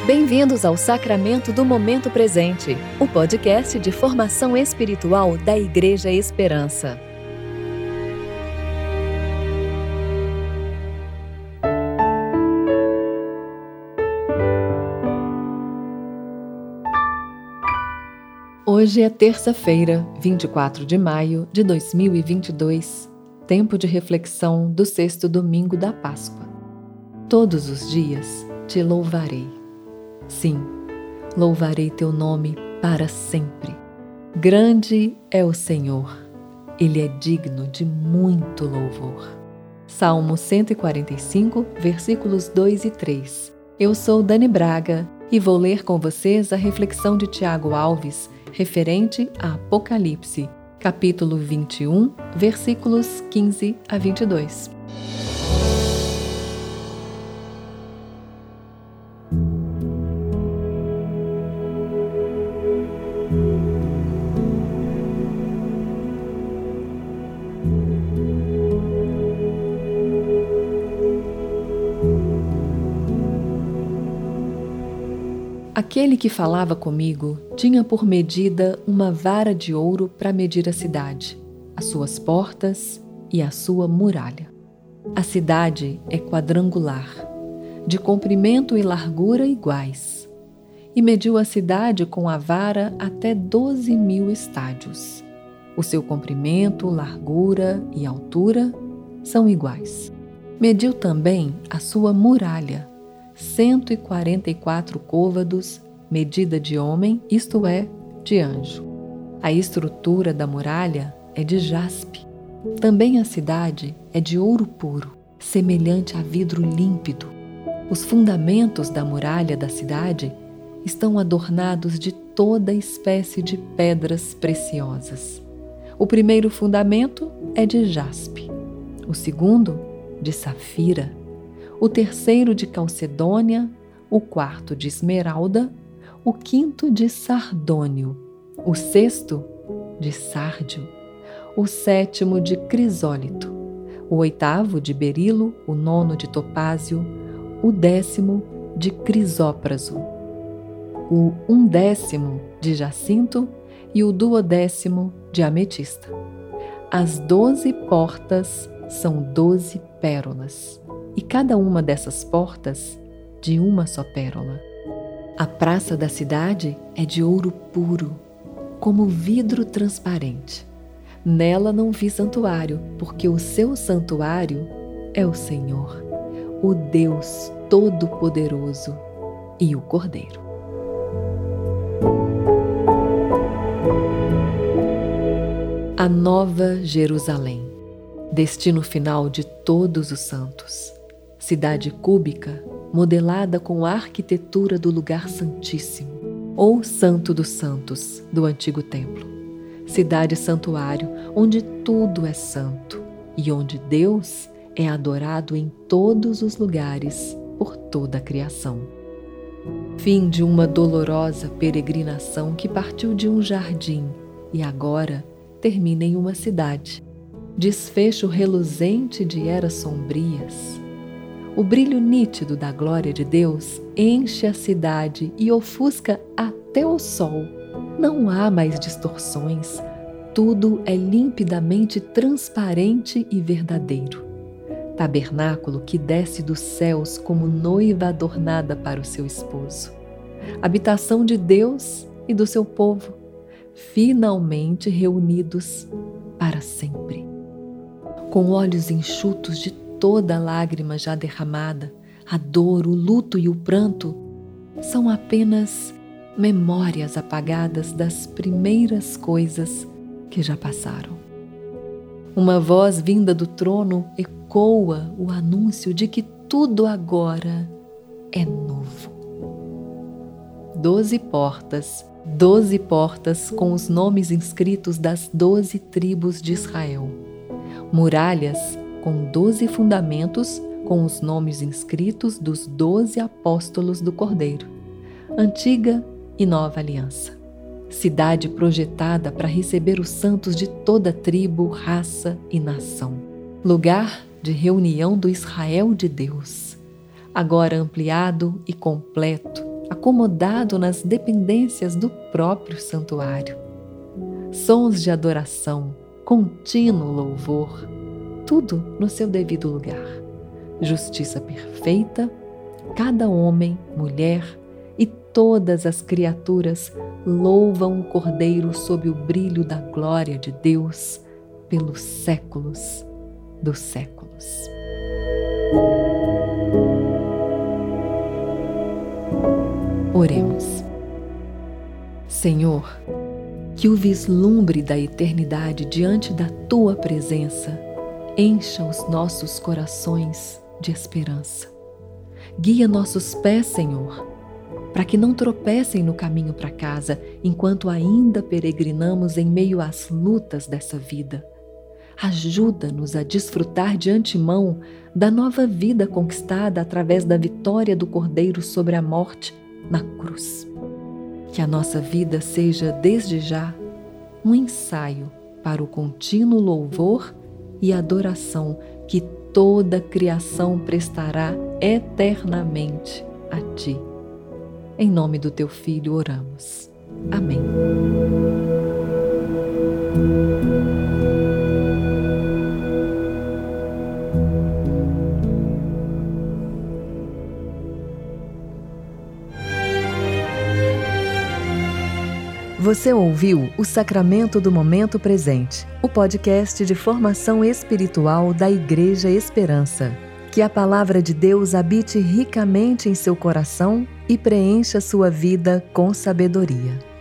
Bem-vindos ao Sacramento do Momento Presente, o podcast de formação espiritual da Igreja Esperança. Hoje é terça-feira, 24 de maio de 2022, tempo de reflexão do sexto domingo da Páscoa. Todos os dias te louvarei. Sim, louvarei teu nome para sempre. Grande é o Senhor, Ele é digno de muito louvor. Salmo 145, versículos 2 e 3. Eu sou Dani Braga e vou ler com vocês a reflexão de Tiago Alves, referente a Apocalipse, capítulo 21, versículos 15 a 22. Aquele que falava comigo tinha por medida uma vara de ouro para medir a cidade, as suas portas e a sua muralha. A cidade é quadrangular, de comprimento e largura iguais, e mediu a cidade com a vara até 12.000 estádios. O seu comprimento, largura e altura são iguais. Mediu também a sua muralha, 144 côvados, medida de homem, isto é, de anjo. A estrutura da muralha é de jaspe. Também a cidade é de ouro puro, semelhante a vidro límpido. Os fundamentos da muralha da cidade estão adornados de toda espécie de pedras preciosas. O primeiro fundamento é de jaspe, o segundo, de safira, o terceiro de calcedônia, o quarto de esmeralda, o quinto de sardônio, o sexto de sárdio, o sétimo de crisólito, o oitavo de berilo, o nono de topázio, o 10º de crisópraso, o 11º de jacinto e o 12º de ametista. As 12 portas são 12 pérolas, e cada uma dessas portas de uma só pérola. A praça da cidade é de ouro puro, como vidro transparente. Nela não vi santuário, porque o seu santuário é o Senhor, o Deus Todo-Poderoso e o Cordeiro. A Nova Jerusalém, destino final de todos os santos. Cidade cúbica, modelada com a arquitetura do lugar santíssimo, ou Santo dos Santos, do antigo templo. Cidade santuário, onde tudo é santo e onde Deus é adorado em todos os lugares por toda a criação. Fim de uma dolorosa peregrinação que partiu de um jardim e agora termina em uma cidade. Desfecho reluzente de eras sombrias. O brilho nítido da glória de Deus enche a cidade e ofusca até o sol. Não há mais distorções, tudo é limpidamente transparente e verdadeiro. Tabernáculo que desce dos céus como noiva adornada para o seu esposo. Habitação de Deus e do seu povo, finalmente reunidos para sempre. Com olhos enxutos de toda lágrima já derramada, a dor, o luto e o pranto são apenas memórias apagadas das primeiras coisas que já passaram. Uma voz vinda do trono ecoa o anúncio de que tudo agora é novo. 12 portas com os nomes inscritos das 12 tribos de Israel. Muralhas com 12 fundamentos com os nomes inscritos dos 12 apóstolos do Cordeiro. Antiga e Nova Aliança. Cidade projetada para receber os santos de toda tribo, raça e nação. Lugar de reunião do Israel de Deus. Agora ampliado e completo acomodado nas dependências do próprio santuário. Sons de adoração, contínuo louvor, tudo no seu devido lugar. Justiça perfeita, cada homem, mulher e todas as criaturas louvam o Cordeiro sob o brilho da glória de Deus pelos séculos dos séculos. Oremos. Senhor, que o vislumbre da eternidade diante da Tua presença encha os nossos corações de esperança. Guia nossos pés, Senhor, para que não tropecem no caminho para casa enquanto ainda peregrinamos em meio às lutas dessa vida. Ajuda-nos a desfrutar de antemão da nova vida conquistada através da vitória do Cordeiro sobre a morte na cruz. Que a nossa vida seja, desde já, um ensaio para o contínuo louvor e adoração que toda a criação prestará eternamente a Ti. Em nome do Teu Filho oramos. Amém. Você ouviu o Sacramento do Momento Presente, o podcast de formação espiritual da Igreja Esperança. Que a Palavra de Deus habite ricamente em seu coração e preencha sua vida com sabedoria.